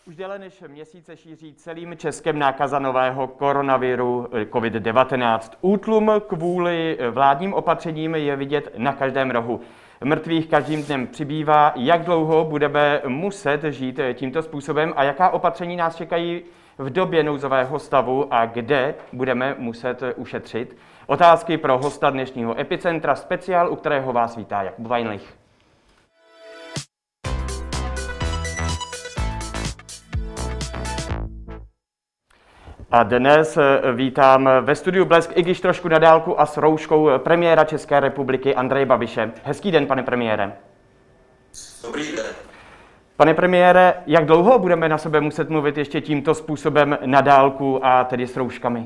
Už déle než měsíc se šíří celým Českem nákaza nového koronaviru COVID-19. Útlum kvůli vládním opatřením je vidět na každém rohu. Mrtvých každým dnem přibývá. Jak dlouho budeme muset žít tímto způsobem a jaká opatření nás čekají v době nouzového stavu a kde budeme muset ušetřit? Otázky pro hosta dnešního Epicentra speciál, u kterého vás vítá Jakub Vajnlich. A dnes vítám ve studiu Blesk, i když trošku na dálku a s rouškou, premiéra České republiky Andreje Babiše. Hezký den, pane premiére. Dobrý den. Pane premiére, jak dlouho budeme na sebe muset mluvit ještě tímto způsobem na dálku a tedy s rouškami?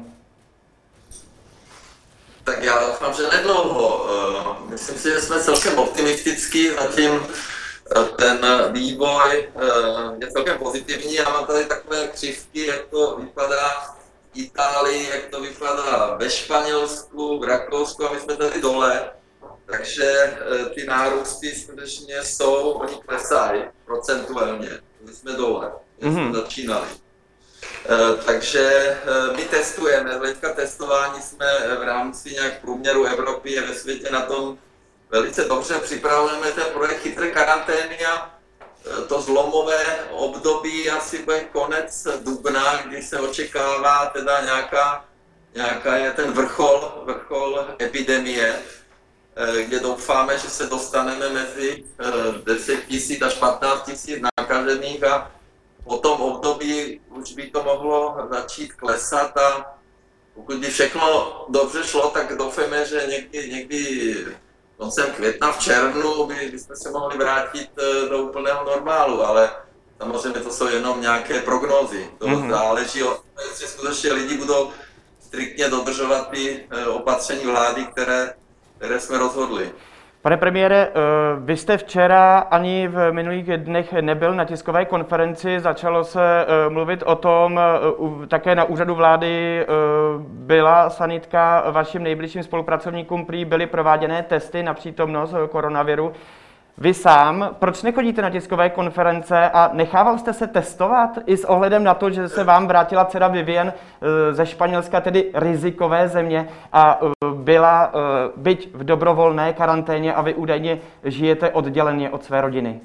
Tak já doufám, že nedlouho. Myslím si, že jsme celkem optimistický, zatím ten vývoj je celkem pozitivní. Já mám tady takové křivky, jak to vypadá v Itálii, jak to vypadá ve Španělsku, v Rakousku a my jsme tady dole. Takže ty nárůsty skutečně jsou, oni klesají procentuálně. My jsme dole, my jsme začínali. Takže my testujeme, z hlediska testování jsme v rámci nějak průměru Evropy a ve světě na tom velice dobře. Připravujeme ten projekt chytré karantény a to zlomové období asi bude konec dubna, kdy se očekává teda nějaká je ten vrchol epidemie, kde doufáme, že se dostaneme mezi 10 000 až 15 000 nakažených a po tom období už by to mohlo začít klesat a pokud by všechno dobře šlo, tak doufáme, že někdy koncem května, v červnu bychom se mohli vrátit do úplného normálu, ale samozřejmě to jsou jenom nějaké prognózy. To záleží od toho, jestli skutečně lidi budou striktně dodržovat ty opatření vlády, které jsme rozhodli. Pane premiére, vy jste včera ani v minulých dnech nebyl na tiskové konferenci, začalo se mluvit o tom, také na úřadu vlády byla sanitka, vašim nejbližším spolupracovníkům prý byly prováděné testy na přítomnost koronaviru. Vy sám, proč nechodíte na tiskové konference a nechával jste se testovat i s ohledem na to, že se vám vrátila dcera Vivien ze Španělska, tedy rizikové země, a byla byť v dobrovolné karanténě a vy údajně žijete odděleně od své rodiny?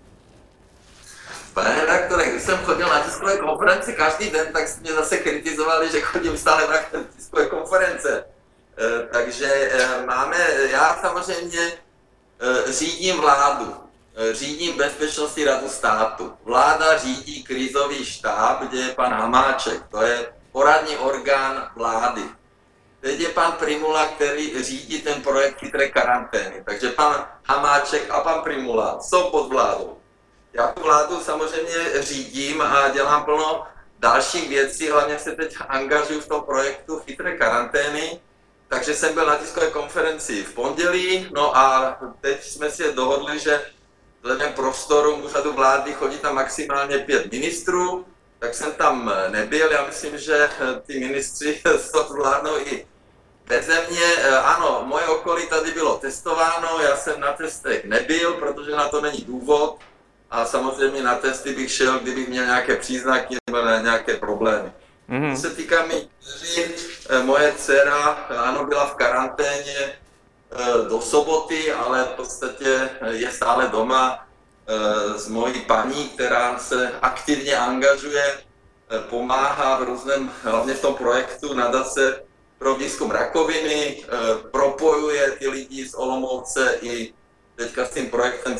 Pane redaktore, když jsem chodil na tiskové konference každý den, tak mě zase kritizovali, že chodím stále na tiskové konference. Takže já samozřejmě řídím vládu, řídím Bezpečnostní radu státu. Vláda řídí krizový štáb, kde je pan Hamáček, to je poradní orgán vlády. Teď je pan Prymula, který řídí ten projekt chytré karantény. Takže pan Hamáček a pan Prymula jsou pod vládou. Já tu vládu samozřejmě řídím a dělám plno dalších věcí, hlavně se teď angažuju v tom projektu chytré karantény. Takže jsem byl na tiskové konferenci v pondělí, no a teď jsme si dohodli, že vzhledem k prostoru úřadu vlády chodí tam maximálně 5 ministrů, tak jsem tam nebyl. Já myslím, že ty ministři to zvládnou i beze mě. Ano, moje okolí tady bylo testováno, já jsem na testech nebyl, protože na to není důvod a samozřejmě na testy bych šel, kdybych měl nějaké příznaky nebo nějaké problémy. Co se týká mých dceří, moje dcera, ano, byla v karanténě do soboty, ale v podstatě je stále doma s mojí paní, která se aktivně angažuje, pomáhá v různém, hlavně v tom projektu Nadace pro výzkum rakoviny, propojuje ty lidi z Olomouce i teďka s tím projektem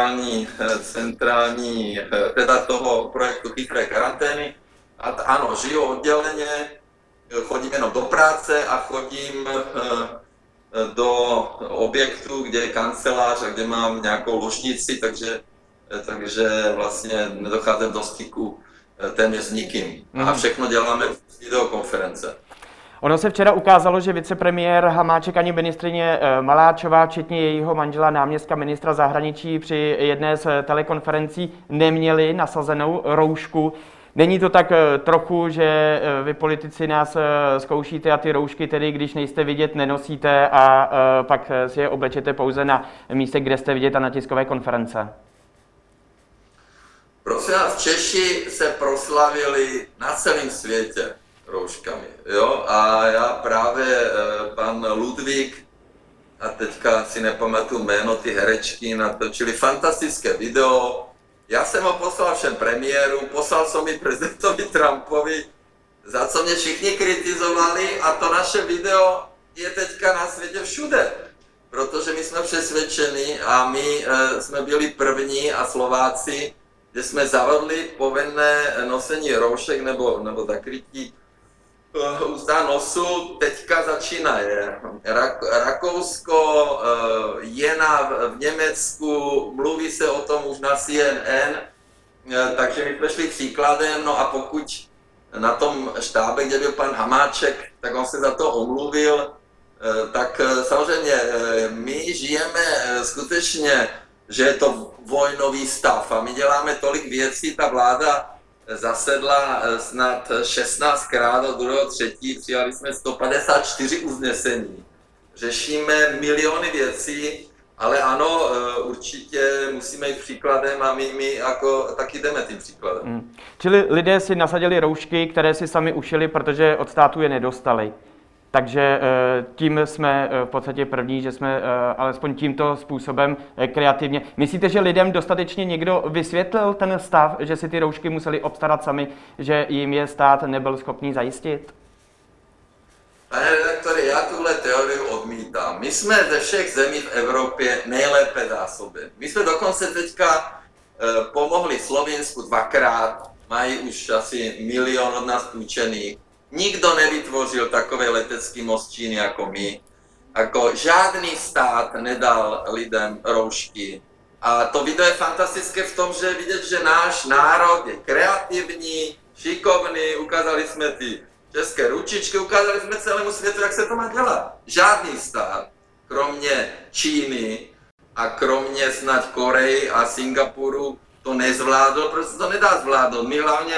centrální teda toho projektu chytré karantény. A ano, žiju odděleně, chodím jenom do práce a chodím do objektu, kde je kancelář a kde mám nějakou ložnici, takže vlastně nedocházím do styku téměř s nikým. A všechno děláme v videokonference. Ono se včera ukázalo, že vicepremiér Hamáček ani ministryně Maláčová, včetně jejího manžela náměstka ministra zahraničí, při jedné z telekonferencí neměli nasazenou roušku. Není to tak trochu, že vy politici nás zkoušíte a ty roušky tedy, když nejste vidět, nenosíte a pak si je oblečete pouze na místě, kde jste vidět a na tiskové konference? Prosím vás, Češi se proslavili na celém světě rouškami, jo? A já právě, pan Ludvík, a teďka si nepamatuju jméno, ty herečky natočili fantastické video. Já jsem ho poslal všem premiérům, poslal jsem i prezidentovi Trumpovi, za co mě všichni kritizovali, a to naše video je teďka na světě všude. Protože my jsme přesvědčeni a my jsme byli první a Slováci, kde jsme zavedli povinné nosení roušek nebo zakrytí ústa nosu, teďka začínaje. Rakousko, Jena v Německu, mluví se o tom už na CNN, takže my jsme šli příkladem, no a pokud na tom štábe, kde byl pan Hamáček, tak on se za to omluvil, tak samozřejmě my žijeme skutečně, že je to vojnový stav a my děláme tolik věcí, ta vláda zasedla snad 16krát od 2.3., přijali jsme 154 usnesení, řešíme miliony věcí, ale ano, určitě musíme jít příkladem a my jako taky jdeme tím příkladem. Čili lidé si nasadili roušky, které si sami ušili, protože od státu je nedostali. Takže tím jsme v podstatě první, že jsme alespoň tímto způsobem kreativně. Myslíte, že lidem dostatečně někdo vysvětlil ten stav, že si ty roušky museli obstarat sami, že jim je stát nebyl schopný zajistit? Pane redaktore, já tuhle teorii odmítám. My jsme ze všech zemí v Evropě nejlépe zásobeni. My jsme dokonce teďka pomohli Slovinsku 2krát, mají už asi 1 milion od nás půjčených. Nikdo nevytvořil takové letecký most Číny jako my. Jako žádný stát nedal lidem roušky. A to video je fantastické v tom, že je vidět, že náš národ je kreativní, šikovný, ukázali jsme ty české ručičky, ukázali jsme celému světu, jak se to má dělat. Žádný stát, kromě Číny a kromě snad Koreji a Singapuru, to nezvládl, protože to nedá zvládnout. My hlavně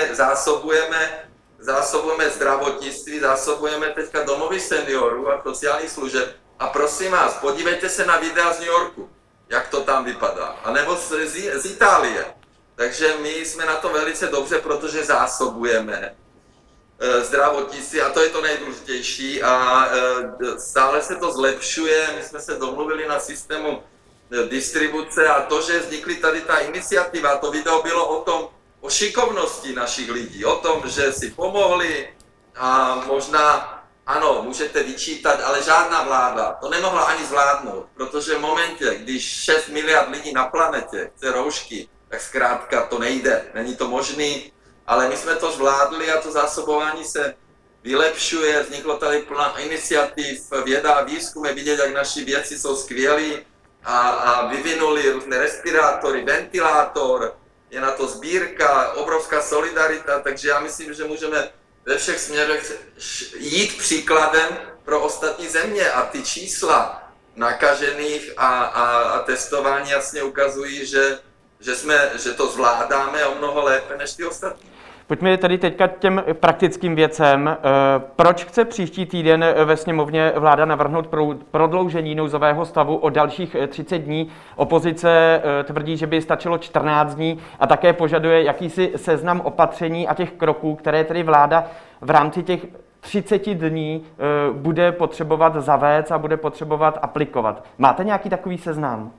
zásobujeme zdravotnictví, zásobujeme teďka domovy seniorů a sociálních služeb. A prosím vás, podívejte se na videa z New Yorku, jak to tam vypadá, anebo z Itálie. Takže my jsme na to velice dobře, protože zásobujeme zdravotnictví a to je to nejdůležitější a stále se to zlepšuje. My jsme se domluvili na systému distribuce a to, že vznikly tady ta iniciativa, to video bylo o šikovnosti našich lidí, o tom, že si pomohli a možná, ano, můžete vyčítat, ale žádná vláda to nemohla ani zvládnout, protože v momentě, když 6 miliard lidí na planetě chce roušky, tak zkrátka to nejde, není to možný, ale my jsme to zvládli a to zásobování se vylepšuje, vzniklo tady plná iniciativ, věda a výzkum, je vidět, jak naši vědci jsou skvělí a vyvinuli různé respirátory, ventilátor, je na to sbírka, obrovská solidarita, takže já myslím, že můžeme ve všech směrech jít příkladem pro ostatní země a ty čísla nakažených a testování jasně ukazují, že to zvládáme o mnoho lépe než ty ostatní. Pojďme tady teďka k těm praktickým věcem. Proč chce příští týden ve sněmovně vláda navrhnout prodloužení nouzového stavu o dalších 30 dní? Opozice tvrdí, že by stačilo 14 dní a také požaduje jakýsi seznam opatření a těch kroků, které tedy vláda v rámci těch 30 dní bude potřebovat zavést a bude potřebovat aplikovat. Máte nějaký takový seznam?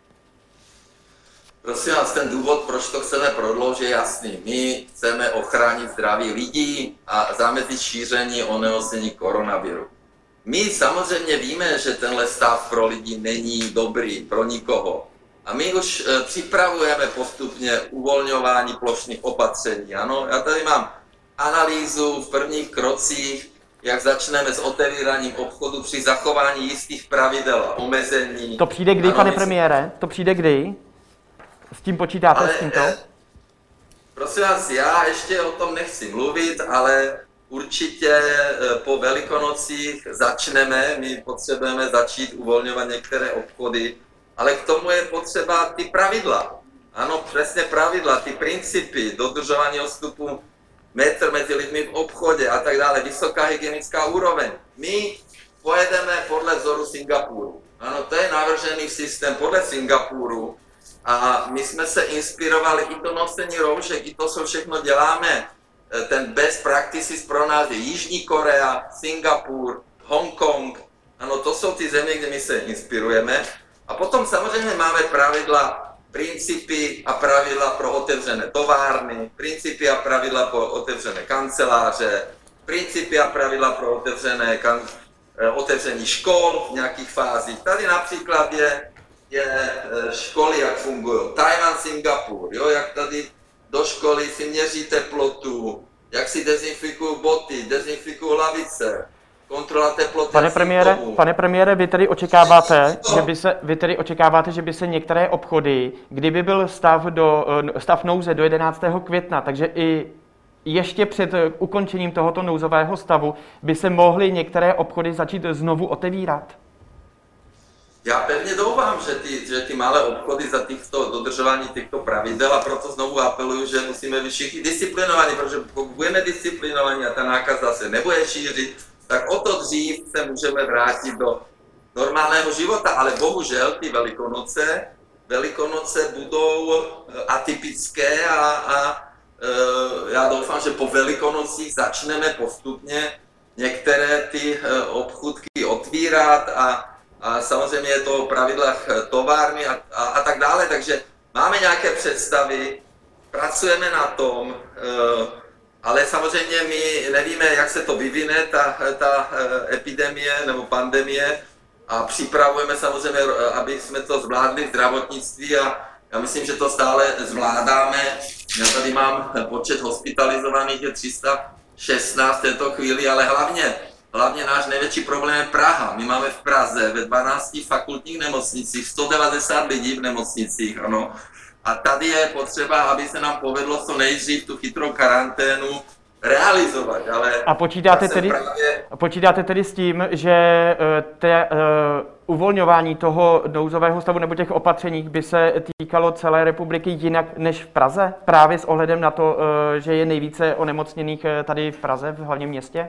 Prosím vás, ten důvod, proč to chceme prodloužit, je jasný. My chceme ochránit zdraví lidí a zamezit šíření onemocnění koronaviru. My samozřejmě víme, že tenhle stav pro lidi není dobrý, pro nikoho. A my už připravujeme postupně uvolňování plošných opatření. Ano, já tady mám analýzu v prvních krocích, jak začneme s otevíráním obchodu při zachování jistých pravidel a omezení. To přijde kdy, pane premiére? To přijde kdy? S tím počítáte, s tímto? Prosím vás, já ještě o tom nechci mluvit, ale určitě po Velikonocích začneme, my potřebujeme začít uvolňovat některé obchody, ale k tomu je potřeba ty pravidla. Ano, přesně pravidla, ty principy, dodržování odstupu, metr mezi lidmi v obchodě a tak dále, vysoká hygienická úroveň. My pojedeme podle vzoru Singapuru. Ano, to je navržený systém podle Singapuru. A my jsme se inspirovali, i to nosení roušek, i to, co všechno děláme. Ten best practices pro nás je Jižní Korea, Singapur, Hongkong. Ano, to jsou ty země, kde my se inspirujeme. A potom samozřejmě máme pravidla, principy a pravidla pro otevřené továrny, principy a pravidla pro otevřené kanceláře, principy a pravidla pro otevření škol v nějakých fázích. Tady například je školy, jak fungují. Tajvan, Singapur, jo, jak tady do školy si měří teplotu, jak si dezinfikují boty, dezinfikují lavice, kontrola teploty. Pane premiére, vy tedy očekáváte, že by se některé obchody, kdyby byl stav nouze do 11. května, takže i ještě před ukončením tohoto nouzového stavu by se mohly některé obchody začít znovu otevírat? Já pevně doufám, že ty malé obchody za dodržování těchto pravidel, a proto znovu apeluju, že musíme být všichni disciplinovaní, protože pokud budeme disciplinovaní a ta nákaza se nebude šířit, tak o to dřív se můžeme vrátit do normálního života. Ale bohužel ty Velikonoce budou atypické a já doufám, že po Velikonocích začneme postupně některé ty obchůdky otvírat a samozřejmě je to o pravidlech továrny a tak dále, takže máme nějaké představy, pracujeme na tom, ale samozřejmě my nevíme, jak se to vyvine, ta epidemie nebo pandemie, a připravujeme samozřejmě, aby jsme to zvládli v zdravotnictví, a já myslím, že to stále zvládáme. Já tady mám počet hospitalizovaných je 316 v této chvíli, ale hlavně náš největší problém je Praha. My máme v Praze ve 12 fakultních nemocnicích 190 lidí v nemocnicích, ano. A tady je potřeba, aby se nám povedlo co nejdřív tu chytrou karanténu realizovat, ale... A počítáte tedy s tím, že uvolňování toho nouzového stavu nebo těch opatření by se týkalo celé republiky jinak než v Praze? Právě s ohledem na to, že je nejvíce onemocněných tady v Praze, v hlavním městě?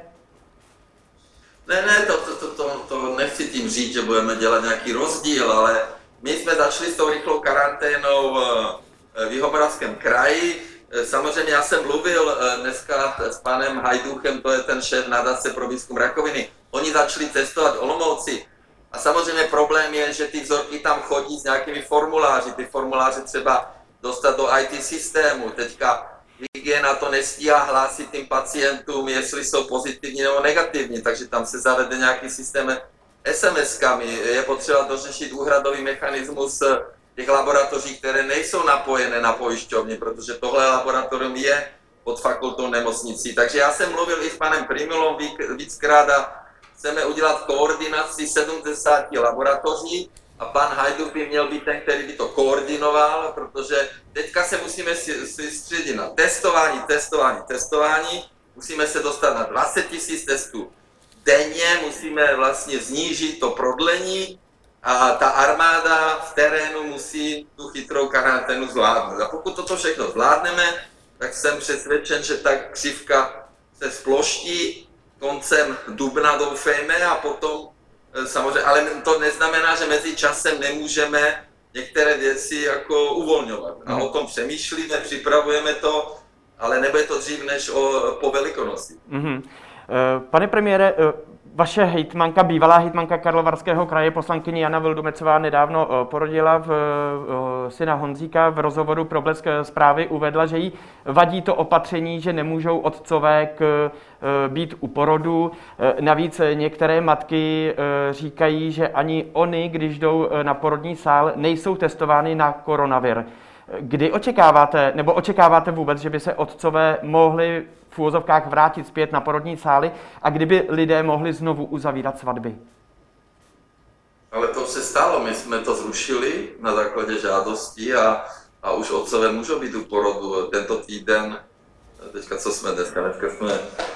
Ne, to nechci tím říct, že budeme dělat nějaký rozdíl, ale my jsme začali s tou rychlou karanténou v Jihomoravském kraji. Samozřejmě já jsem mluvil dneska s panem Hajduchem, to je ten šéf nadace pro výzkum rakoviny. Oni začali testovat Olomouci. A samozřejmě problém je, že ty vzorky tam chodí s nějakými formuláři. Ty formuláře třeba dostat do IT systému. Teďka hygiena to nestíhá hlásit tím pacientům, jestli jsou pozitivní nebo negativní, takže tam se zavede nějaký systém SMS-kami. Je potřeba dořešit úhradový mechanismus těch laboratoří, které nejsou napojené na pojišťovny, protože tohle laboratorium je pod fakultou nemocnicí. Takže já jsem mluvil i s panem Primulou víckrát a chceme udělat koordinaci 70 laboratoří a pan Hajduch by měl být ten, který by to koordinoval, protože teďka se musíme soustředit na testování. Musíme se dostat na 20 000 testů denně, musíme vlastně snížit to prodlení a ta armáda v terénu musí tu chytrou karanténu zvládnout. A pokud toto všechno zvládneme, tak jsem přesvědčen, že ta křivka se sploští koncem dubna, doufejme, a potom samozřejmě, ale to neznamená, že mezi časem nemůžeme některé věci jako uvolňovat. A o tom přemýšlíme, připravujeme to, ale nebude to dřív než po Velikonoci. Pane premiére, vaše hejtmanka, bývalá hejtmanka Karlovarského kraje, poslankyně Jana Vildumetzová, nedávno porodila syna Honzíka. V rozhovoru pro Blesk zprávy uvedla, že jí vadí to opatření, že nemůžou otcové být u porodu. Navíc některé matky říkají, že ani oni, když jdou na porodní sál, nejsou testovány na koronavir. Kdy očekáváte vůbec, že by se otcové mohli v úvozovkách vrátit zpět na porodní sály a kdyby lidé mohli znovu uzavírat svatby? Ale to se stalo, my jsme to zrušili na základě žádostí a už otcové můžou být u porodu tento týden. Teďka co jsme dneska jsme,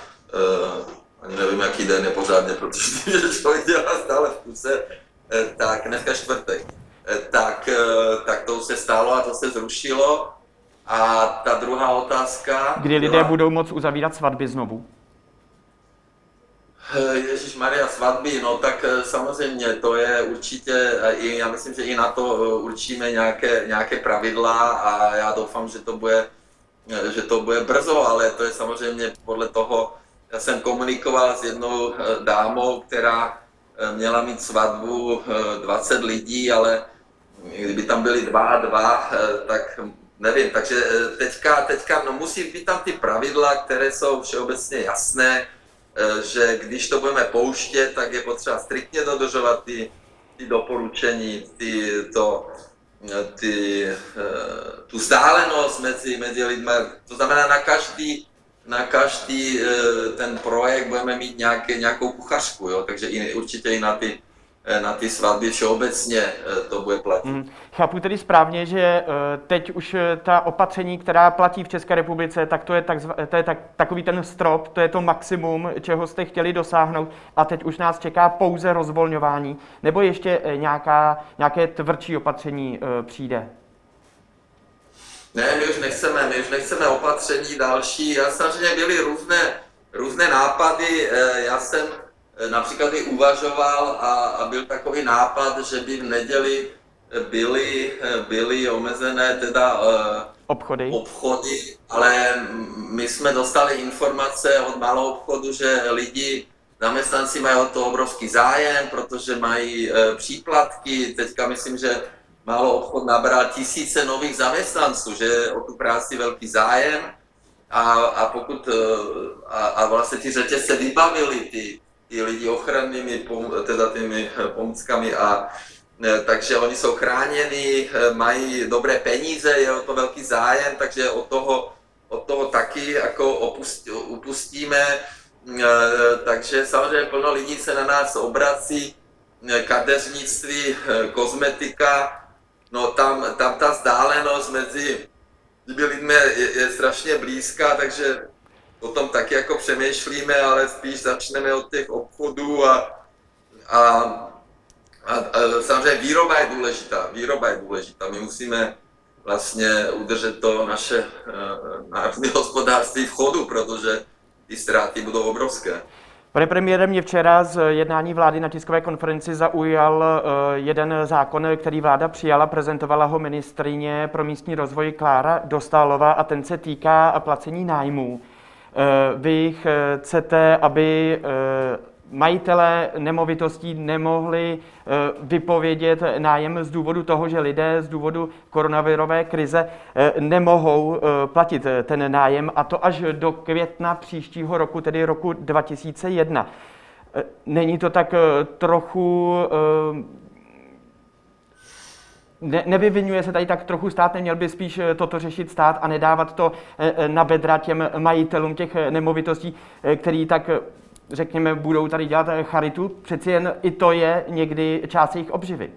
ani nevím, jaký den je pořádně, protože člověk dělá stále v kuse, tak dneska čtvrtek. Tak to se stalo a to se zrušilo. A ta druhá otázka... Kdy lidé budou moct uzavírat svatby znovu? Ježišmarja, svatby, no tak samozřejmě to je určitě, já myslím, že i na to určíme nějaké pravidla a já doufám, že to bude brzo, ale to je samozřejmě podle toho, já jsem komunikoval s jednou dámou, která měla mít svatbu 20 lidí, ale kdyby tam byli dva a dva, tak nevím, takže teďka no musí být tam ty pravidla, které jsou všeobecně jasné, že když to budeme pouštět, tak je potřeba striktně dodržovat ty doporučení, tu vzdálenost mezi lidmi. To znamená, na každý ten projekt budeme mít nějakou kuchařku, jo? Takže určitě i na ty svatby všeobecně to bude platit. Chápu tedy správně, že teď už ta opatření, která platí v České republice, tak to je takový ten strop, to je to maximum, čeho jste chtěli dosáhnout a teď už nás čeká pouze rozvolňování, nebo ještě nějaké tvrdší opatření přijde? Ne, my už nechceme opatření další. Já samozřejmě byly různé nápady. Já jsem například i uvažoval a byl takový nápad, že by v neděli byly omezené teda obchody, ale my jsme dostali informace od malou obchodu, že zaměstnanci mají o to obrovský zájem, protože mají příplatky. Teďka myslím, že malou obchod nabral tisíce nových zaměstnanců, že je o tu práci velký zájem a vlastně ty řetězce vybavili ty lidi ochrannými, teda těmi pomůckami takže oni jsou chráněni, mají dobré peníze, je o to velký zájem, takže od toho taky jako upustíme, takže samozřejmě plno lidí se na nás obrací, kadeřnictví, kozmetika, no tam ta vzdálenost mezi lidmi je strašně blízká, takže o tom taky jako přemýšlíme, ale spíš začneme od těch obchodů a samozřejmě výroba je důležitá. My musíme vlastně udržet to naše národní hospodářství v chodu, protože ty ztráty budou obrovské. Pane premiére, mě včera z jednání vlády na tiskové konferenci zaujal jeden zákon, který vláda přijala, prezentovala ho ministryně pro místní rozvoj Klára Dostálová a ten se týká placení nájmů. Vy chcete, aby majitelé nemovitostí nemohli vypovědět nájem z důvodu toho, že lidé z důvodu koronavirové krize nemohou platit ten nájem, a to až do května příštího roku, tedy roku 2001. Není to tak trochu... Nevyvinuje se tady tak trochu stát, neměl by spíš toto řešit stát a nedávat to na bedra těm majitelům těch nemovitostí, který tak, řekněme, budou tady dělat charitu? Přeci jen i to je někdy část jejich obživy.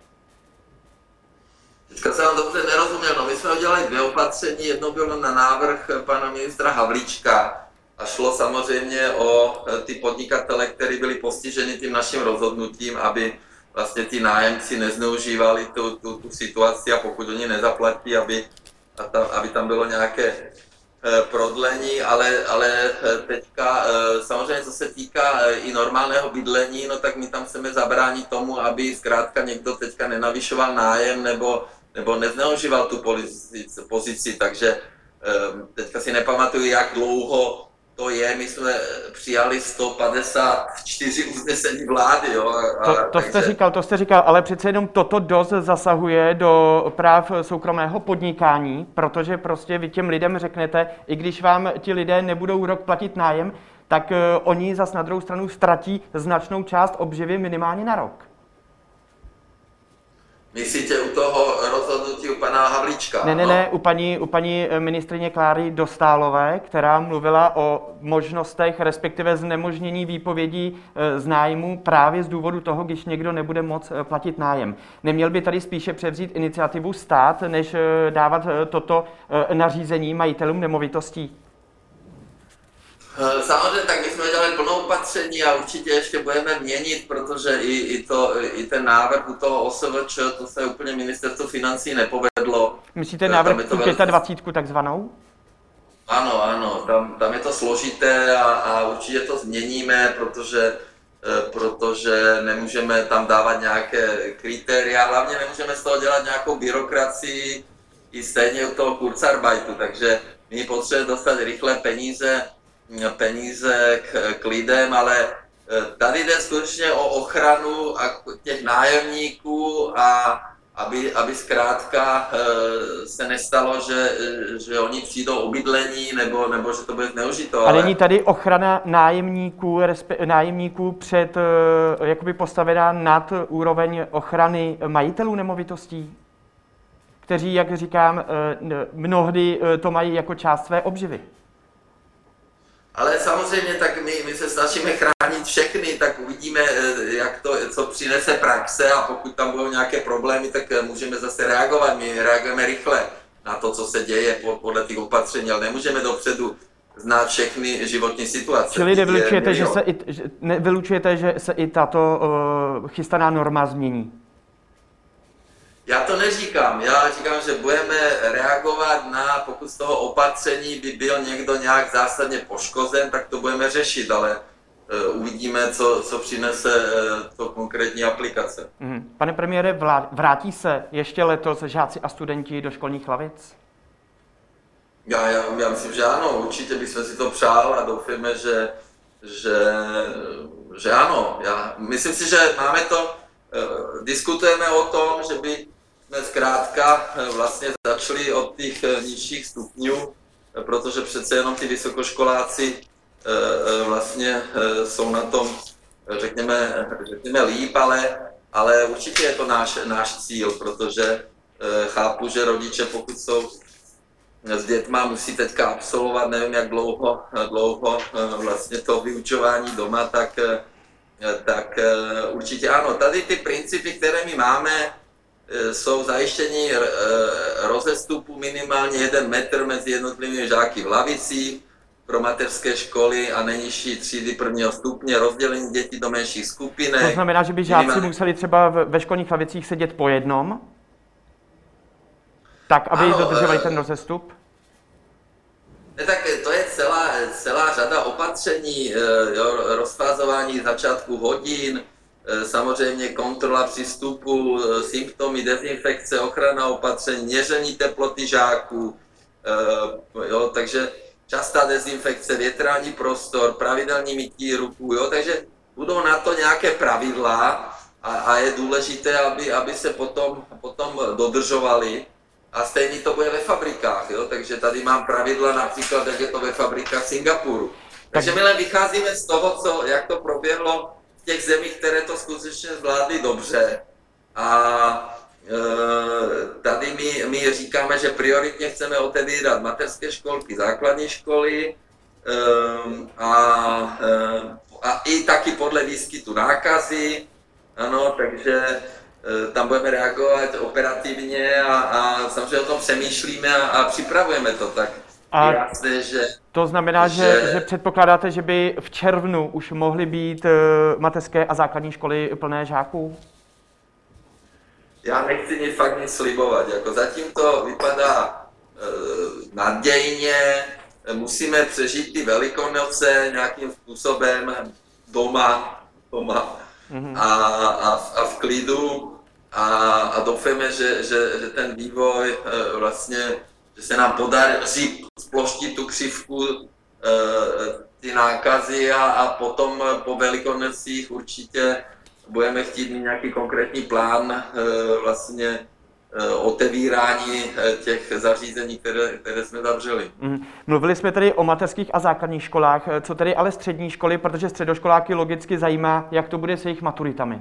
Teďka jsem vám dobře nerozuměl, no my jsme udělali 2 opatření, jedno bylo na návrh pana ministra Havlíčka a šlo samozřejmě o ty podnikatele, kteří byli postiženi tím naším rozhodnutím, aby vlastně ty nájemci nezneužívali tu situaci a pokud oni nezaplatí, aby tam bylo nějaké prodlení, ale teďka samozřejmě co se týká i normálního bydlení, no tak my tam chceme zabránit tomu, aby zkrátka někdo teďka nenavyšoval nájem nebo nezneužíval tu pozici, takže teďka si nepamatuju, jak dlouho to je, my jsme přijali 154 usnesení vlády, jo. To jste říkal, ale přece jenom toto dost zasahuje do práv soukromého podnikání, protože prostě vy těm lidem řeknete, i když vám ti lidé nebudou rok platit nájem, tak oni zas na druhou stranu ztratí značnou část obživy minimálně na rok. Myslíte u toho rozhodnutí u pana Havlíčka? Ne, u paní ministryně Kláry Dostálové, která mluvila o možnostech, respektive znemožnění výpovědí z nájmu právě z důvodu toho, když někdo nebude moct platit nájem. Neměl by tady spíše převzít iniciativu stát, než dávat toto nařízení majitelům nemovitostí? Samozřejmě, tak my jsme dělali plnou opatření a určitě ještě budeme měnit, protože i ten návrh u toho OSVČ, to se úplně ministerstvo financí nepovedlo. Myslíte návrh tu 25 takzvanou? Ano, tam je to složité a určitě to změníme, protože nemůžeme tam dávat nějaké kritéria, hlavně nemůžeme z toho dělat nějakou byrokracii i stejně u toho Kurzarbeitu, takže my potřebujeme dostat rychle peníze k lidem, ale tady jde skutečně o ochranu těch nájemníků a aby zkrátka se nestalo, že oni přijdou o bydlení nebo že to bude zneužito. A není tady ochrana nájemníků před jakoby postavená nad úroveň ochrany majitelů nemovitostí, kteří, jak říkám, mnohdy to mají jako část své obživy? Ale samozřejmě tak my se snažíme chránit všechny, tak uvidíme, co přinese praxe a pokud tam budou nějaké problémy, tak můžeme zase reagovat. My reagujeme rychle na to, co se děje podle těch opatření, ale nemůžeme dopředu znát všechny životní situace. Čili nevylučujete, že se i tato chystaná norma změní? Já to neříkám, já říkám, že budeme reagovat pokud z toho opatření by byl někdo nějak zásadně poškozen, tak to budeme řešit, ale uvidíme, co přinese to konkrétní aplikace. Pane premiére, vrátí se ještě letos žáci a studenti do školních lavic? Já myslím, že ano, určitě bychom si to přál a doufáme, že ano. Myslím si, že máme to, diskutujeme o tom, že by jsme zkrátka vlastně začali od těch nižších stupňů, protože přece jenom ty vysokoškoláci vlastně jsou na tom, řekněme líp, ale určitě je to náš cíl, protože chápu, že rodiče, pokud jsou s dětma, musí teďka absolvovat, nevím jak dlouho vlastně to vyučování doma, tak určitě ano. Tady ty principy, které my máme, jsou zajištění rozestupu minimálně 1 metr mezi jednotlivými žáky v lavicích pro mateřské školy a nejnižší třídy 1. stupně, rozdělení dětí do menších skupinek. To znamená, že by žáci museli třeba ve školních lavicích sedět po jednom? Tak, aby dodržovali ten rozestup? Ne, tak to je celá řada opatření, rozfázování začátku hodin, samozřejmě kontrola přístupu, symptomy, dezinfekce, ochrana opatření, měření teploty žáků, takže častá dezinfekce, větrání prostor, pravidelný mytí ruku, takže budou na to nějaké pravidla a je důležité, aby se potom dodržovaly. A stejně to bude ve fabrikách, takže tady mám pravidla například, jak je to ve fabrikách v Singapuru. Takže my jen vycházíme z toho, jak to proběhlo v těch zemích, které to skutečně zvládly dobře. A tady my říkáme, že prioritně chceme otevírat mateřské školky, základní školy a i taky podle výskytu nákazy, ano, takže tam budeme reagovat operativně a samozřejmě o tom přemýšlíme a připravujeme to tak. A jasné, že to znamená, že předpokládáte, že by v červnu už mohly být mateřské a základní školy plné žáků? Já nechci fakt nic slibovat. Zatím to vypadá nadějně. Musíme přežít ty Velikonoce nějakým způsobem doma a v klidu a doufáme, že ten vývoj vlastně, že se nám podaří sploštit tu křivku ty nákazy a potom po Velikonocích určitě budeme chtít mít nějaký konkrétní plán vlastně otevírání těch zařízení, které jsme zavřeli. Mluvili jsme tedy o mateřských a základních školách, co tedy ale střední školy, protože středoškoláky logicky zajímá, jak to bude s jejich maturitami.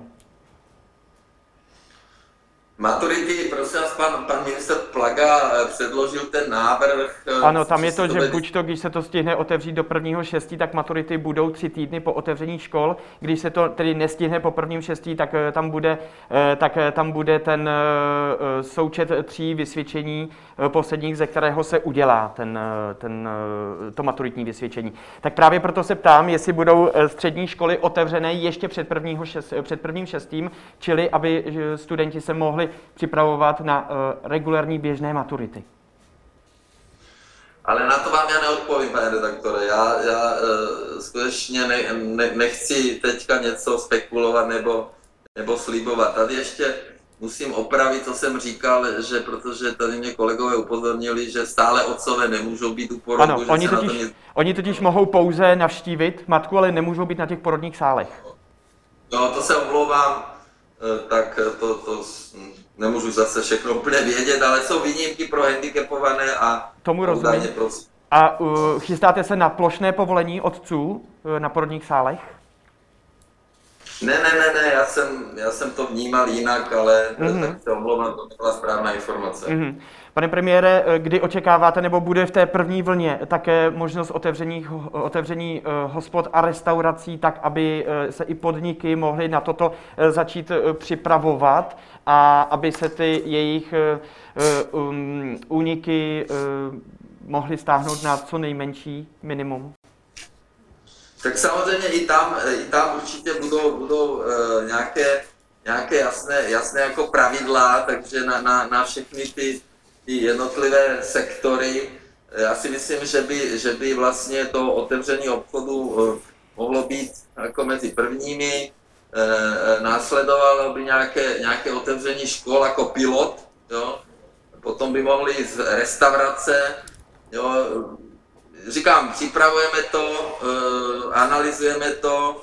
Maturity, prosím vás, pan ministr Plaga předložil ten návrh. Ano, tam je to, že buď to, když se to stihne otevřít do 1.6., tak maturity budou 3 týdny po otevření škol. Když se to tedy nestihne po 1.6., tak tam bude ten součet 3 vysvědčení posledních, ze kterého se udělá to maturitní vysvědčení. Tak právě proto se ptám, jestli budou střední školy otevřené ještě před 1.6., čili aby studenti se mohli připravovat na regulární běžné maturity. Ale na to vám já neodpovím, pane redaktore. Já skutečně nechci teďka něco spekulovat nebo slibovat. Tady ještě musím opravit, co jsem říkal, že protože tady mě kolegové upozornili, že stále otcové nemůžou být u porodu. Ano, oni totiž mohou pouze navštívit matku, ale nemůžou být na těch porodních sálech. No, to se omlouvám, tak to nemůžu zase všechno úplně vědět, ale jsou výjimky pro handicapované a tomu rozumím. A chystáte se na plošné povolení otců na porodních sálech? Ne, já jsem to vnímal jinak, ale tak se omlouvám, to byla správná informace. Pane premiére, kdy očekáváte, nebo bude v té první vlně také možnost otevření hospod a restaurací, tak aby se i podniky mohly na toto začít připravovat a aby se ty jejich úniky mohly stáhnout na co nejmenší minimum? Tak samozřejmě i tam určitě budou nějaké jasné jako pravidla, takže na všechny ty jednotlivé sektory. Já si myslím, že by vlastně to otevření obchodu mohlo být jako mezi prvními. Následovalo by nějaké otevření škol jako pilot, jo? Potom by mohly jít restaurace, jo? Říkám, připravujeme to, analyzujeme to,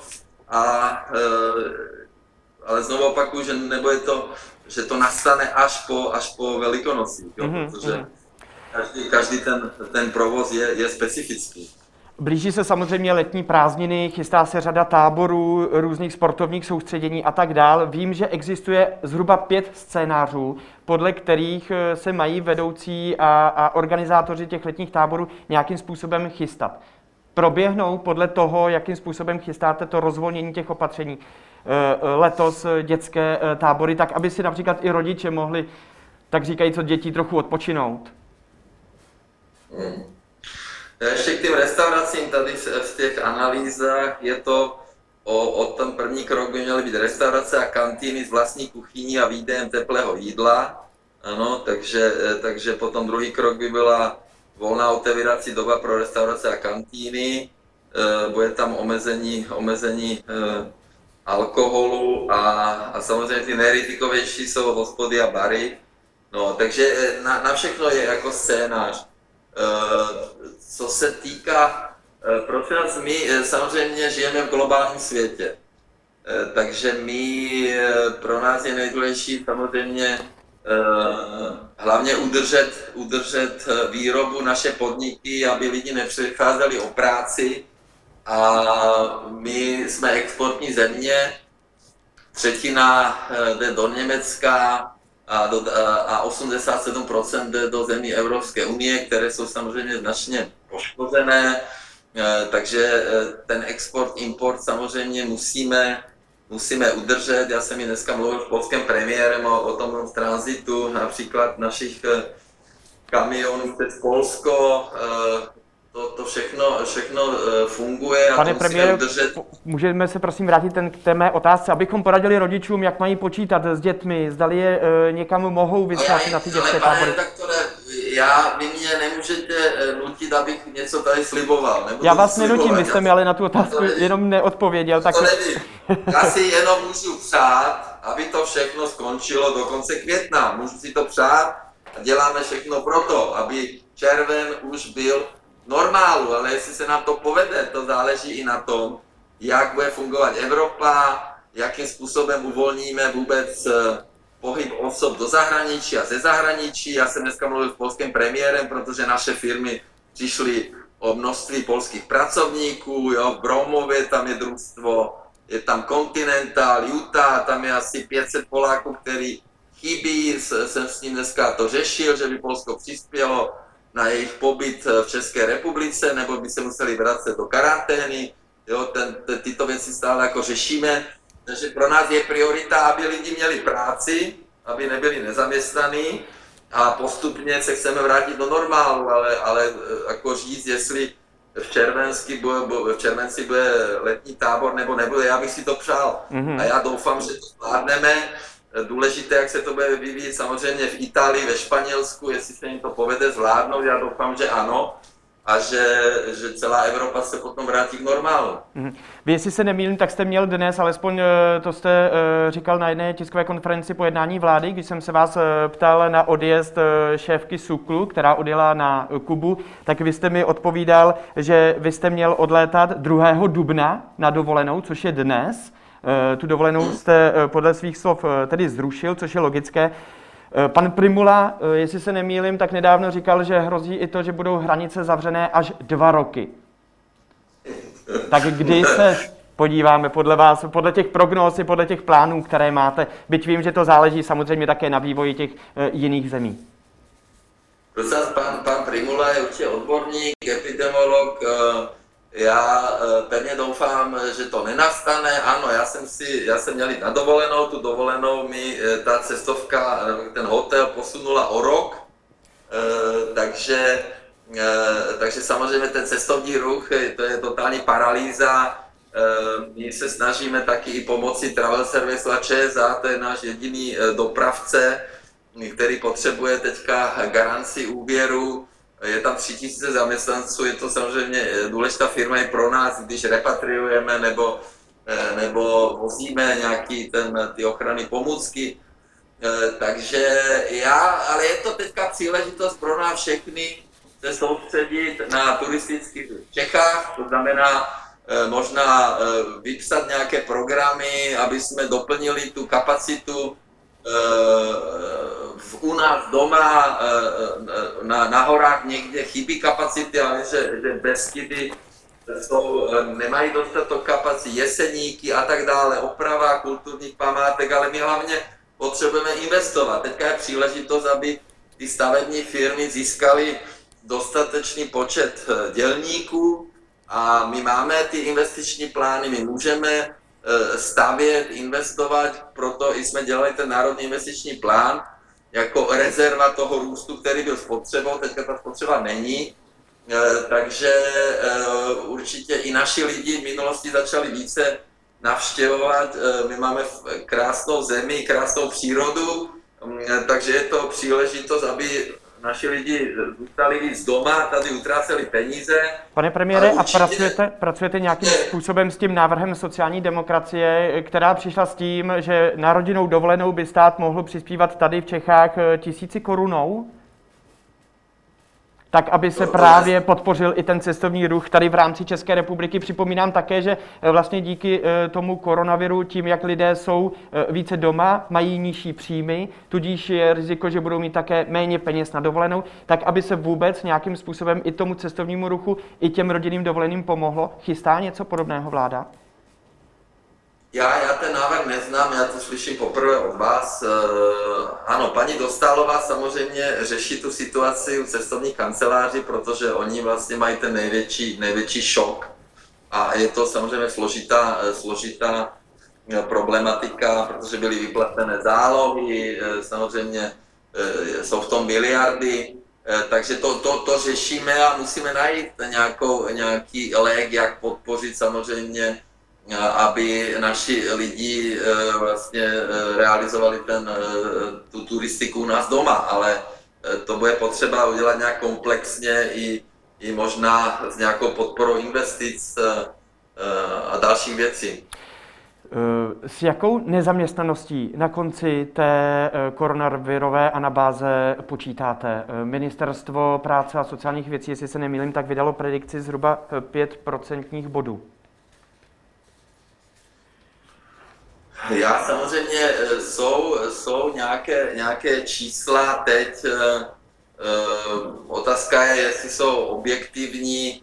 ale znovu opakuju, že nebude to, že to nastane až po Velikonocích, protože každý ten provoz je specifický. Blíží se samozřejmě letní prázdniny, chystá se řada táborů, různých sportovních soustředění a tak dál. Vím, že existuje zhruba 5 scénářů, podle kterých se mají vedoucí a organizátoři těch letních táborů nějakým způsobem chystat. Proběhnou podle toho, jakým způsobem chystáte to rozvolnění těch opatření letos dětské tábory, tak aby si například i rodiče mohli, tak říkajíc, od dětí trochu odpočinout. Ještě k těm restauracím tady v těch analýzách je to o tom první krok by měly být restaurace a kantýny s vlastní kuchyní a výdejem teplého jídla. Ano, takže potom druhý krok by byla volná otevírací doba pro restaurace a kantýny. Bude tam omezení alkoholu a samozřejmě ty nejrizikovější jsou hospody a bary. No, takže na všechno je jako scénář. Co se týká, prosím nás, my samozřejmě žijeme v globálním světě, takže pro nás je nejdůležitější samozřejmě hlavně udržet výrobu, naše podniky, aby lidi nepřicházeli o práci a my jsme exportní země, třetina jde do Německa, a 87% jde do zemí Evropské unie, které jsou samozřejmě značně poškozené, takže ten export, import samozřejmě musíme udržet. Já jsem i dneska mluvil s polským premiérem o tom tranzitu, například našich kamionů přes Polsko. To všechno funguje a pane premiére, můžeme se prosím vrátit k té mé otázce, abychom poradili rodičům, jak mají počítat s dětmi, zdali je někam mohou vyslat na ty dětské tábory. Pane redaktore, vy mě nemůžete nutit, abych něco tady sliboval. Já vás nenutím, vy jste mi ale na tu otázku jenom neodpověděl. Tak... Já si jenom můžu přát, aby to všechno skončilo do konce května. Můžu si to přát a děláme všechno pro to, aby červen už byl normálu, ale jestli se nám to povede, to záleží i na tom, jak bude fungovat Evropa, jakým způsobem uvolníme vůbec pohyb osob do zahraničí a ze zahraničí. Já jsem dneska mluvil s polským premiérem, protože naše firmy přišly o množství polských pracovníků, jo, v Bromově tam je družstvo, je tam Continental, Utah, tam je asi 500 Poláků, který chybí, jsem s ním dneska to řešil, že by Polsko přispělo na jejich pobyt v České republice, nebo by se museli vracet do karantény. Jo, tyto věci stále jako řešíme. Takže pro nás je priorita, aby lidi měli práci, aby nebyli nezaměstnaní a postupně se chceme vrátit do normálu, ale jako říct, jestli v červenci bude letní tábor nebo nebude, já bych si to přál. A já doufám, že to zvládneme. Důležité, jak se to bude vyvíjet samozřejmě v Itálii, ve Španělsku, jestli se jim to povede zvládnout, já doufám, že ano. a že celá Evropa se potom vrátí k normálu. Vy, jestli se nemýlím, tak jste měl dnes, alespoň to jste říkal na jedné tiskové konferenci po jednání vlády, když jsem se vás ptal na odjezd šéfky SÚKLu, která odjela na Kubu, tak vy jste mi odpovídal, že vy jste měl odlétat 2. dubna na dovolenou, což je dnes. Tu dovolenou jste podle svých slov tedy zrušil, což je logické. Pan Prymula, jestli se nemýlím, tak nedávno říkal, že hrozí i to, že budou hranice zavřené až 2 roky. Tak kdy se podíváme podle vás, podle těch prognóz, podle těch plánů, které máte, byť vím, že to záleží samozřejmě také na vývoji těch jiných zemí? Prosím, pan Prymula je určitě odborník, epidemiolog. Já pevně doufám, že to nenastane. Ano, já jsem měl jít na dovolenou, tu dovolenou mi ta cestovka, ten hotel posunula o rok, takže samozřejmě ten cestovní ruch, to je totální paralýza. My se snažíme taky i pomoci Travel Service a ČSA, to je náš jediný dopravce, který potřebuje teďka garanci úvěru. Je tam 3000 zaměstnanců, je to samozřejmě důležitá firma i pro nás, když repatriujeme nebo vozíme nějaký ty ochranné pomůcky. Takže ale je to teďka příležitost pro nás všechny se soustředit na turistických Čechách, to znamená možná vypsat nějaké programy, aby jsme doplnili tu kapacitu u nás doma, na horách někde chybí kapacity, ale že Beskydy nemají dostatek kapacit, Jeseníky a tak dále, oprava kulturních památek, ale my hlavně potřebujeme investovat. Teďka je příležitost, aby ty stavební firmy získaly dostatečný počet dělníků a my máme ty investiční plány, my můžeme stavět, investovat, proto jsme dělali ten národní investiční plán jako rezerva toho růstu, který byl spotřebou, teďka ta spotřeba není, takže určitě i naši lidi v minulosti začali více navštěvovat, my máme krásnou zemi, krásnou přírodu, takže je to příležitost, aby naši lidi zůstali víc doma, tady utráceli peníze. Pane premiére, určitě... a pracujete nějakým způsobem s tím návrhem sociální demokracie, která přišla s tím, že na rodinnou dovolenou by stát mohl přispívat tady v Čechách 1000 korunou? Tak, aby se právě podpořil i ten cestovní ruch tady v rámci České republiky. Připomínám také, že vlastně díky tomu koronaviru, tím, jak lidé jsou více doma, mají nižší příjmy, tudíž je riziko, že budou mít také méně peněz na dovolenou, tak aby se vůbec nějakým způsobem i tomu cestovnímu ruchu, i těm rodinným dovoleným pomohlo. Chystá něco podobného vláda? Já ten návrh neznám, já to slyším poprvé od vás. Ano, paní Dostálová samozřejmě řeší tu situaci u cestovních kanceláří, protože oni vlastně mají ten největší šok. A je to samozřejmě složitá problematika, protože byly vyplacené zálohy, samozřejmě jsou v tom miliardy, takže to řešíme a musíme najít nějaký lék, jak podpořit samozřejmě, aby naši lidi vlastně realizovali tu turistiku u nás doma, ale to bude potřeba udělat nějak komplexně i možná s nějakou podporou investic a dalších věcí. S jakou nezaměstnaností na konci té koronavirové anabáze počítáte? Ministerstvo práce a sociálních věcí, jestli se nemýlím, tak vydalo predikci zhruba 5% bodů. Já samozřejmě jsou nějaké čísla teď. Otázka je, jestli jsou objektivní,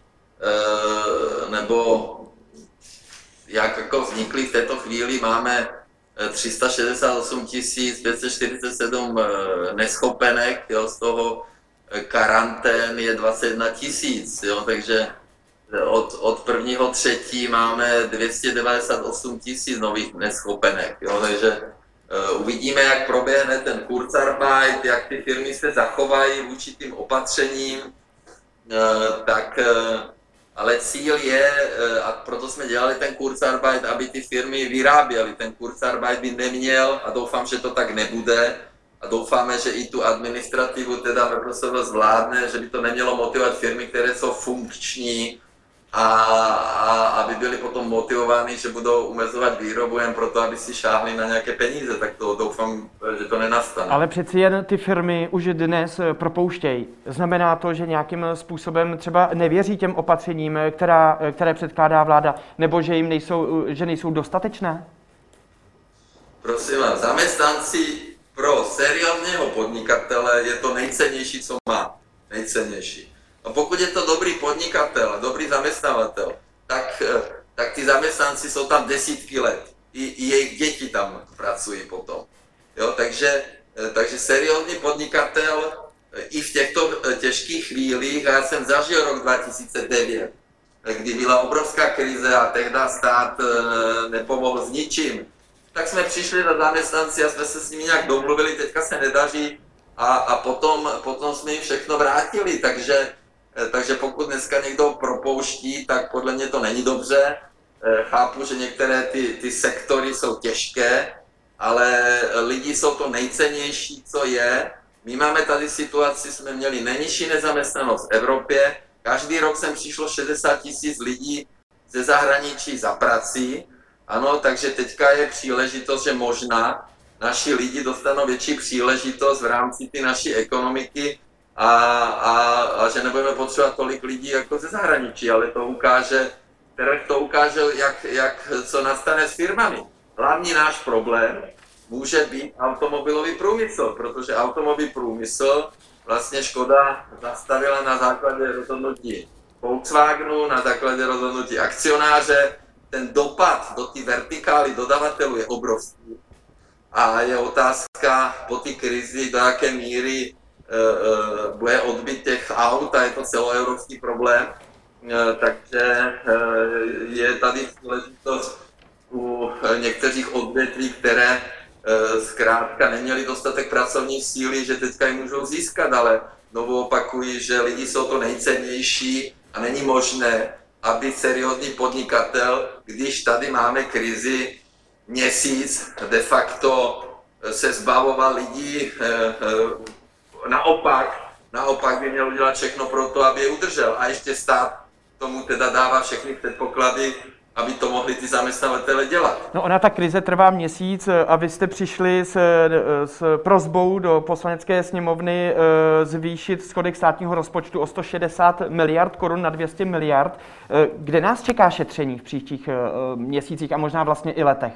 nebo jak jako vznikly v této chvíli. Máme 368 547 neschopenek, jo, z toho karantén je 21 000, takže od 1.3. máme 298 000 nových neschopenek, jo, takže uvidíme, jak proběhne ten Kurzarbeit, jak ty firmy se zachovají vůči tím opatřením, ale cíl je, a proto jsme dělali ten Kurzarbeit, aby ty firmy vyráběly. Ten Kurzarbeit by neměl, a doufám, že to tak nebude, a doufáme, že i tu administrativu teda MPSV zvládne, že by to nemělo motivovat firmy, které jsou funkční a aby byli potom motivováni, že budou omezovat výrobu jen proto, aby si šáhli na nějaké peníze, tak to doufám, že to nenastane. Ale přeci jen ty firmy už dnes propouštějí. Znamená to, že nějakým způsobem třeba nevěří těm opatřením, které předkládá vláda, nebo že nejsou dostatečné? Prosím vás, zaměstnanci pro seriózního podnikatele je to nejcennější, co má. Nejcennější. A pokud je to dobrý podnikatel, dobrý zaměstnavatel, tak ty zaměstnanci jsou tam desítky let. I jejich děti tam pracují potom. Jo, takže seriózní podnikatel i v těchto těžkých chvílích, a já jsem zažil rok 2009, kdy byla obrovská krize a tehdy stát nepomohl s ničím, tak jsme přišli na zaměstnanci a jsme se s nimi nějak domluvili, teďka se nedaří a potom jsme jim všechno vrátili, takže pokud dneska někdo propouští, tak podle mě to není dobře. Chápu, že některé ty sektory jsou těžké, ale lidi jsou to nejcennější, co je. My máme tady situaci, jsme měli nejnižší nezaměstnanost v Evropě. Každý rok sem přišlo 60 000 lidí ze zahraničí za prací. Ano, takže teďka je příležitost, že možná naši lidi dostanou větší příležitost v rámci ty naší ekonomiky a že nebudeme potřebovat tolik lidí jako ze zahraničí, ale to ukáže, co nastane s firmami. Hlavní náš problém může být automobilový průmysl, protože automobilový průmysl vlastně Škoda zastavila na základě rozhodnutí Volkswagenu, na základě rozhodnutí akcionáře. Ten dopad do té vertikály dodavatelů je obrovský. A je otázka po té krizi, do jaké míry bude odbyt těch aut, a je to celoevropský problém. Takže je tady příležitost u některých odvětví, které zkrátka neměli dostatek pracovní síly, že teďka ji můžou získat, ale znovu opakuji, že lidi jsou to nejcennější a není možné, aby seriózní podnikatel, když tady máme krizi, měsíc de facto se zbavoval lidí, naopak by měl udělat všechno pro to, aby je udržel. A ještě stát tomu teda dává všechny předpoklady, aby to mohli ty zaměstnavatele dělat. No ona ta krize trvá měsíc a vy jste přišli s prosbou do Poslanecké sněmovny zvýšit schodek státního rozpočtu o 160 miliard korun na 200 miliard. Kde nás čeká šetření v příštích měsících a možná vlastně i letech?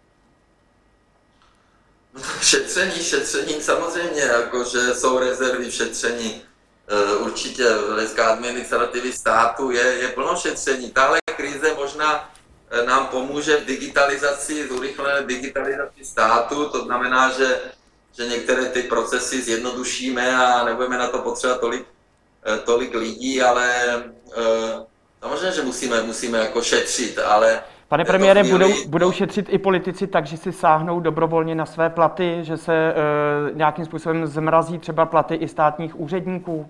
Šetření samozřejmě, jakože jsou rezervy v šetření. Určitě hlediska administrativy státu je plno šetření. Tahle krize možná nám pomůže v digitalizaci, zrychlené digitalizaci státu, to znamená, že některé ty procesy zjednodušíme a nebudeme na to potřebovat tolik lidí, ale samozřejmě, že musíme jako šetřit, ale... Pane premiére, budou šetřit i politici tak, že si sáhnou dobrovolně na své platy, že se nějakým způsobem zmrazí třeba platy i státních úředníků?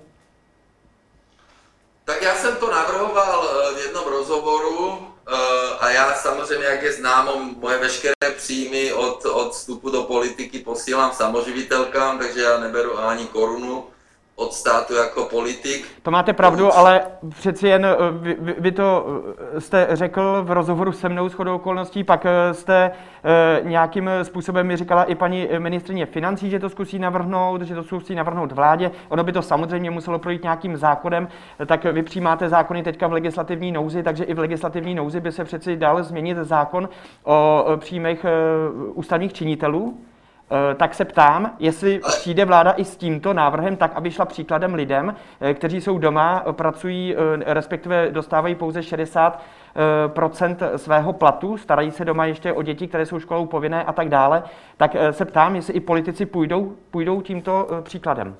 Tak já jsem to navrhoval v jednom rozhovoru a já samozřejmě, jak je známo, moje veškeré příjmy od vstupu do politiky posílám samoživitelkám, takže já neberu ani korunu od státu jako politik. To máte pravdu, ale přeci jen vy to jste řekl v rozhovoru se mnou shodou okolností, pak jste nějakým způsobem mi říkala i paní ministryně financí, že to zkusí navrhnout vládě. Ono by to samozřejmě muselo projít nějakým zákonem, tak vy přijímáte zákony teďka v legislativní nouzi, takže i v legislativní nouzi by se přeci dal změnit zákon o příjmech ústavních činitelů. Tak se ptám, jestli přijde vláda i s tímto návrhem tak, aby šla příkladem lidem, kteří jsou doma, pracují, respektive dostávají pouze 60% svého platu, starají se doma ještě o děti, které jsou školou povinné a tak dále. Tak se ptám, jestli i politici půjdou tímto příkladem.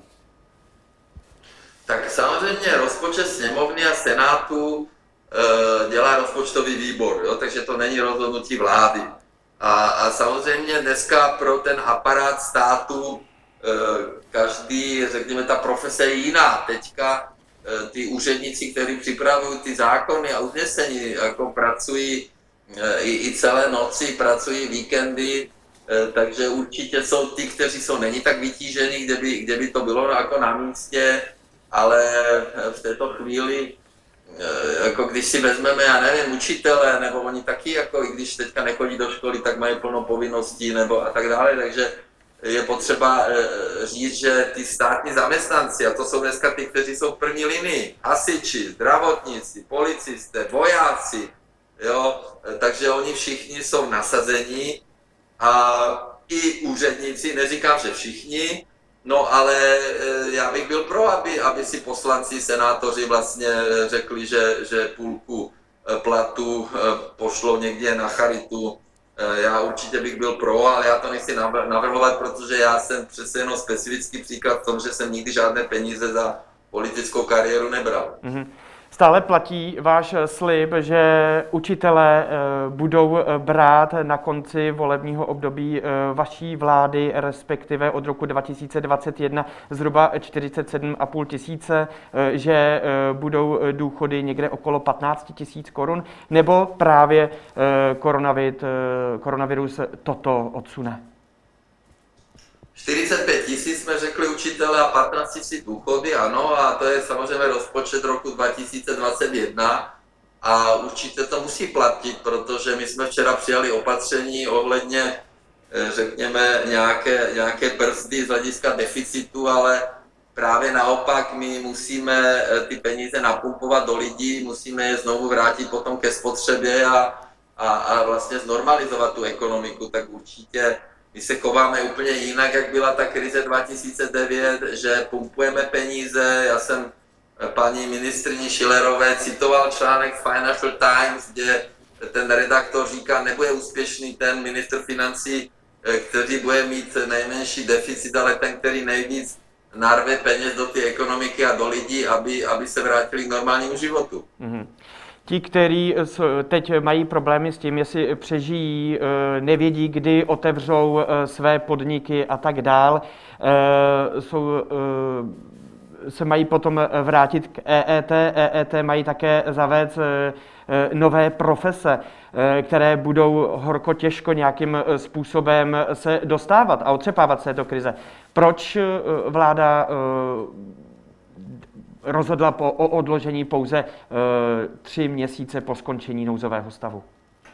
Tak samozřejmě rozpočet sněmovny a senátu dělá rozpočtový výbor, jo? Takže to není rozhodnutí vlády. A samozřejmě dneska pro ten aparát státu každý, řekněme, ta profese je jiná. Teďka ty úředníci, kteří připravují ty zákony a usnesení, jako pracují i celé noci, pracují víkendy, takže určitě jsou ty, kteří jsou není tak vytížení, kde by to bylo jako na místě, ale v této chvíli, jako když si vezmeme, já nevím, učitele, nebo oni taky, jako i když teďka nechodí do školy, tak mají plno povinností, nebo a tak dále, takže je potřeba říct, že ty státní zaměstnanci, a to jsou dneska ty, kteří jsou v první linii, hasiči, zdravotníci, policisté, vojáci, jo, takže oni všichni jsou nasazení a i úředníci, neříkám, že všichni, no ale já bych byl pro, aby si poslanci, senátoři vlastně řekli, že půlku platu pošlou někde na charitu. Já určitě bych byl pro, ale já to nechci navrhovat, protože já jsem přece jenom specifický příklad v tom, že jsem nikdy žádné peníze za politickou kariéru nebral. Mm-hmm. Stále platí váš slib, že učitelé budou brát na konci volebního období vaší vlády, respektive od roku 2021 zhruba 47,5 tisíce, že budou důchody někde okolo 15 tisíc korun, nebo právě koronavirus toto odsune? 45 tisíc jsme řekli učitele a 15 tisíc důchody, ano, a to je samozřejmě rozpočet roku 2021 a určitě to musí platit, protože my jsme včera přijali opatření ohledně, řekněme, nějaké brzdy z hlediska deficitu, ale právě naopak my musíme ty peníze napumpovat do lidí, musíme je znovu vrátit potom ke spotřebě a vlastně znormalizovat tu ekonomiku, tak určitě my se chováme úplně jinak, jak byla ta krize 2009, že pumpujeme peníze. Já jsem paní ministryni Schillerové citoval článek Financial Times, kde ten redaktor říká, nebude úspěšný ten ministr financí, který bude mít nejmenší deficit, ale ten, který nejvíc narve peněz do té ekonomiky a do lidí, aby se vrátili k normálnímu životu. Mm-hmm. Ti, kteří teď mají problémy s tím, jestli přežijí, nevědí, kdy otevřou své podniky a tak dál, se mají potom vrátit k EET. EET mají také zavést nové profese, které budou horko těžko nějakým způsobem se dostávat a otřepávat se do krize. Proč vláda rozhodla o odložení pouze 3 měsíce po skončení nouzového stavu?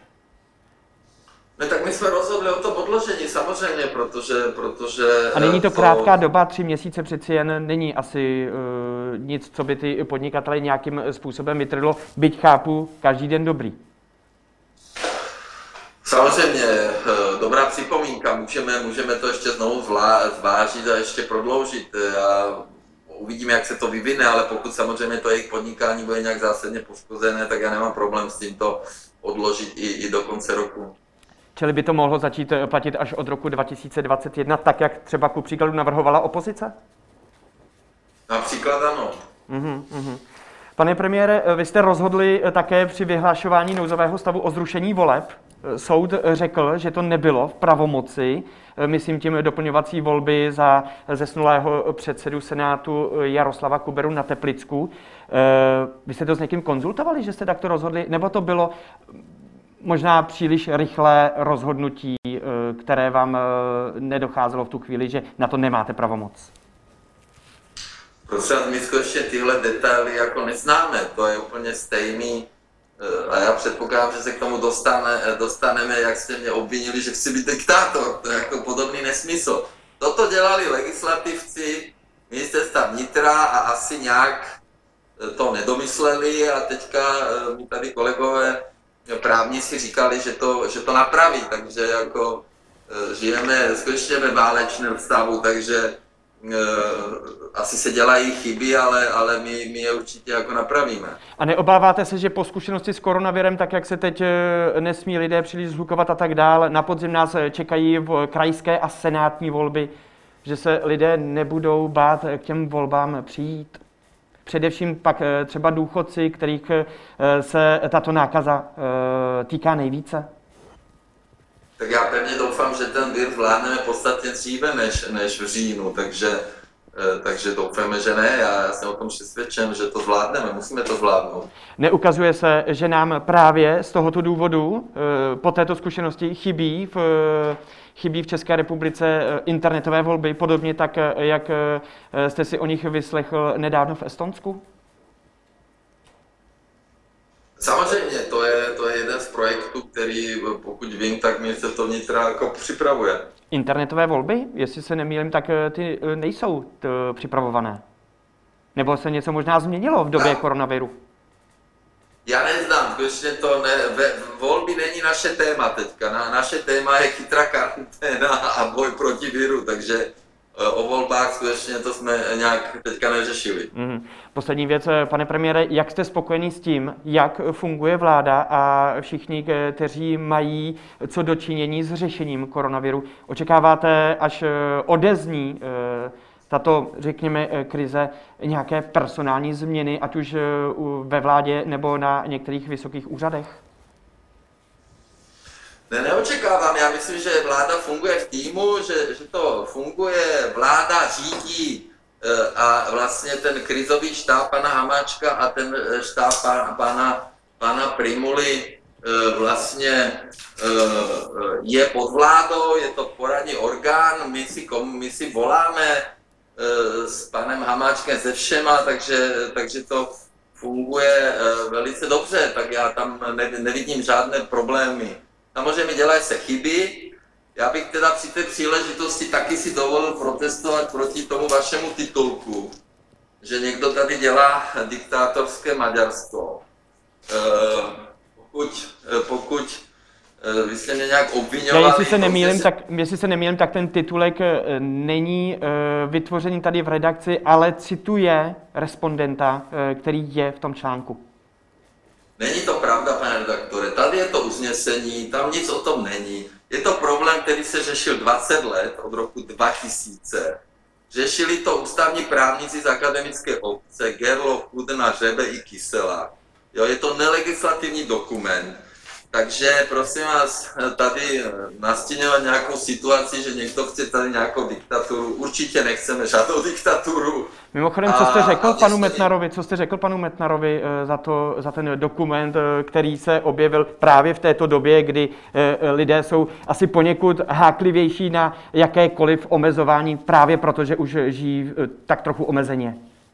No tak my jsme rozhodli o tom odložení, samozřejmě, protože... A není to krátká doba, 3 měsíce přeci jen není asi nic, co by ty podnikatele nějakým způsobem vytrhlo, byť chápu, každý den dobrý. Samozřejmě, dobrá připomínka, můžeme to ještě znovu zvážit a ještě prodloužit. Uvidíme, jak se to vyvine, ale pokud samozřejmě to jejich podnikání bude nějak zásadně poškozené, tak já nemám problém s tím to odložit i do konce roku. Čili by to mohlo začít platit až od roku 2021, tak jak třeba ku příkladu navrhovala opozice? Například ano. Pane premiére, vy jste rozhodli také při vyhlašování nouzového stavu o zrušení voleb. Soud řekl, že to nebylo v pravomoci, myslím tím doplňovací volby za zesnulého předsedu Senátu Jaroslava Kuberu na Teplicku. Vy jste to s někým konzultovali, že jste takto rozhodli, nebo to bylo možná příliš rychlé rozhodnutí, které vám nedocházelo v tu chvíli, že na to nemáte pravomoc? Prosím, my skutečně tyhle detaily jako neznáme, to je úplně stejný. A já předpokládám, že se k tomu dostaneme, jak jste mě obvinili, že chci být diktátor. To je jako podobný nesmysl. Toto dělali legislativci ministerstva vnitra a asi nějak to nedomysleli a teďka mi tady kolegové právníci říkali, že to napraví. Takže jako žijeme skutečně ve válečném stavu, takže asi se dělají chyby, ale my je určitě jako napravíme. A neobáváte se, že po zkušenosti s koronavirem, tak jak se teď nesmí lidé příliš shlukovat a tak dál, na podzim nás čekají krajské a senátní volby, že se lidé nebudou bát k těm volbám přijít? Především pak třeba důchodci, kterých se tato nákaza týká nejvíce? Tak já pevně doufám, že ten vir zvládneme podstatně dříve než v říjnu, takže Takže doufáme, že ne. Já jsem o tom přesvědčen, že to zvládneme, musíme to zvládnout. Neukazuje se, že nám právě z tohoto důvodu po této zkušenosti chybí v České republice internetové volby, podobně tak, jak jste si o nich vyslechl nedávno v Estonsku? Samozřejmě, to je jeden z projektů, který, pokud vím, tak Ministerstvo vnitra jako připravuje. Internetové volby, jestli se nemýlím, tak ty nejsou připravované. Nebo se něco možná změnilo v době koronaviru? Já neznám, skutečně to ne, volby není naše téma teďka. Naše téma je chytrá karanténa a boj proti viru, takže o volbách skutečně to jsme nějak teďka neřešili. Poslední věc, pane premiére, jak jste spokojený s tím, jak funguje vláda a všichni, kteří mají co dočinění s řešením koronaviru? Očekáváte, až odezní tato, řekněme, krize, nějaké personální změny, ať už ve vládě nebo na některých vysokých úřadech? Neočekávám, já myslím, že vláda funguje v týmu, že to funguje, vláda řídí a vlastně ten krizový štáb pana Hamáčka a ten štáb pana Prymuly vlastně je pod vládou, je to poradní orgán, my si voláme s panem Hamáčkem se všema, takže to funguje velice dobře, tak já tam nevidím žádné problémy. Samozřejmě dělají se chyby. Já bych teda při té příležitosti taky si dovolil protestovat proti tomu vašemu titulku, že někdo tady dělá diktátorské Maďarsko. Pokud vy jste mě nějak obviňovali... Jestli se nemýlím, tak ten titulek není vytvořený tady v redakci, ale cituje respondenta, který je v tom článku. Není to pravda, pane redaktore, tady je to usnesení, tam nic o tom není. Je to problém, který se řešil 20 let, od roku 2000. Řešili to ústavní právníci z akademické obce, Gerloch, Kudrna, Řebe i Kysela. Jo, je to nelegislativní dokument. Takže prosím vás, tady nastíňovat nějakou situaci, že někdo chce tady nějakou diktaturu, určitě nechceme žádnou diktaturu. Mimochodem, co jste řekl panu Metnarovi za ten dokument, který se objevil právě v této době, kdy lidé jsou asi poněkud háklivější na jakékoliv omezování, právě protože už žijí tak trochu omezeně?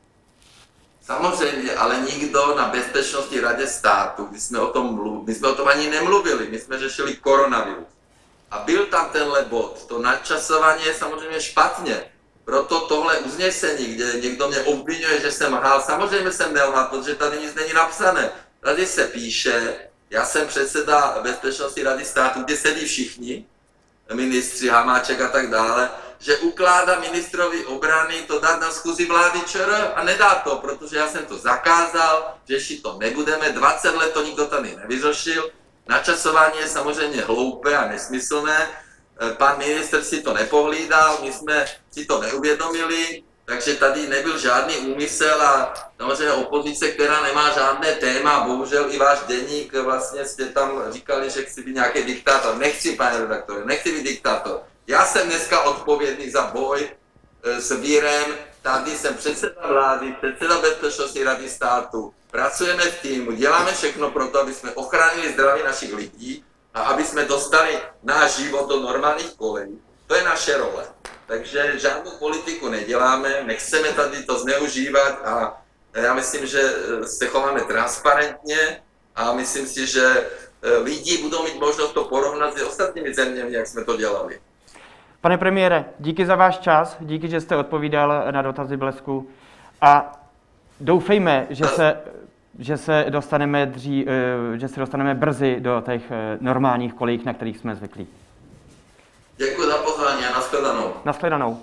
Samozřejmě, ale nikdo na Bezpečnostní radě státu, my jsme o tom ani nemluvili, my jsme řešili koronavirus. A byl tam tenhle bod, to nadčasování je samozřejmě špatně. Proto tohle uznesení, kde někdo mě obvinuje, že jsem lhal, samozřejmě jsem nelhal, protože tady nic není napsané. Tady se píše, já jsem předseda Bezpečnostní rady státu, kde sedí všichni, ministři, Hamáček a tak dále, že ukládá ministrovi obrany to dát na schůzi vlády ČR a nedá to, protože já jsem to zakázal, řešit to nebudeme, 20 let to nikdo tady nevyřešil, načasování je samozřejmě hloupé a nesmyslné, pan ministr si to nepohlídal, my jsme si to neuvědomili, takže tady nebyl žádný úmysl a samozřejmě opozice, která nemá žádné téma, bohužel i váš deník, vlastně jste tam říkali, že chci být nějaký diktátor. Nechci, pane redaktore, nechci být diktátor. Já jsem dneska odpovědný za boj s virem, tady jsem předseda vlády, předseda Bezpečnostní rady státu, pracujeme v týmu, děláme všechno pro to, aby jsme ochránili zdraví našich lidí a aby jsme dostali náš život do normálních kolejí. To je naše role. Takže žádnou politiku neděláme, nechceme tady to zneužívat a já myslím, že se chováme transparentně a myslím si, že lidi budou mít možnost to porovnat s ostatními zeměmi, jak jsme to dělali. Pane premiére, díky za váš čas, díky, že jste odpovídal na dotazy Blesku a doufejme, že se dostaneme brzy do těch normálních kolejí, na kterých jsme zvyklí. Děkuji za pozvání a nashledanou. Nashledanou.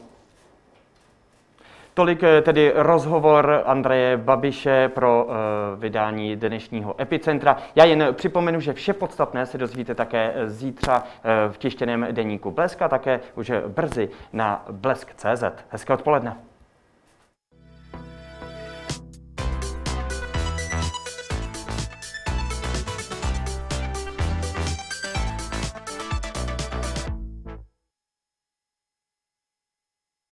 Tolik tedy rozhovor Andreje Babiše pro vydání dnešního Epicentra. Já jen připomenu, že vše podstatné se dozvíte také zítra v tištěném deníku Blesk a také už brzy na blesk.cz. Hezké odpoledne.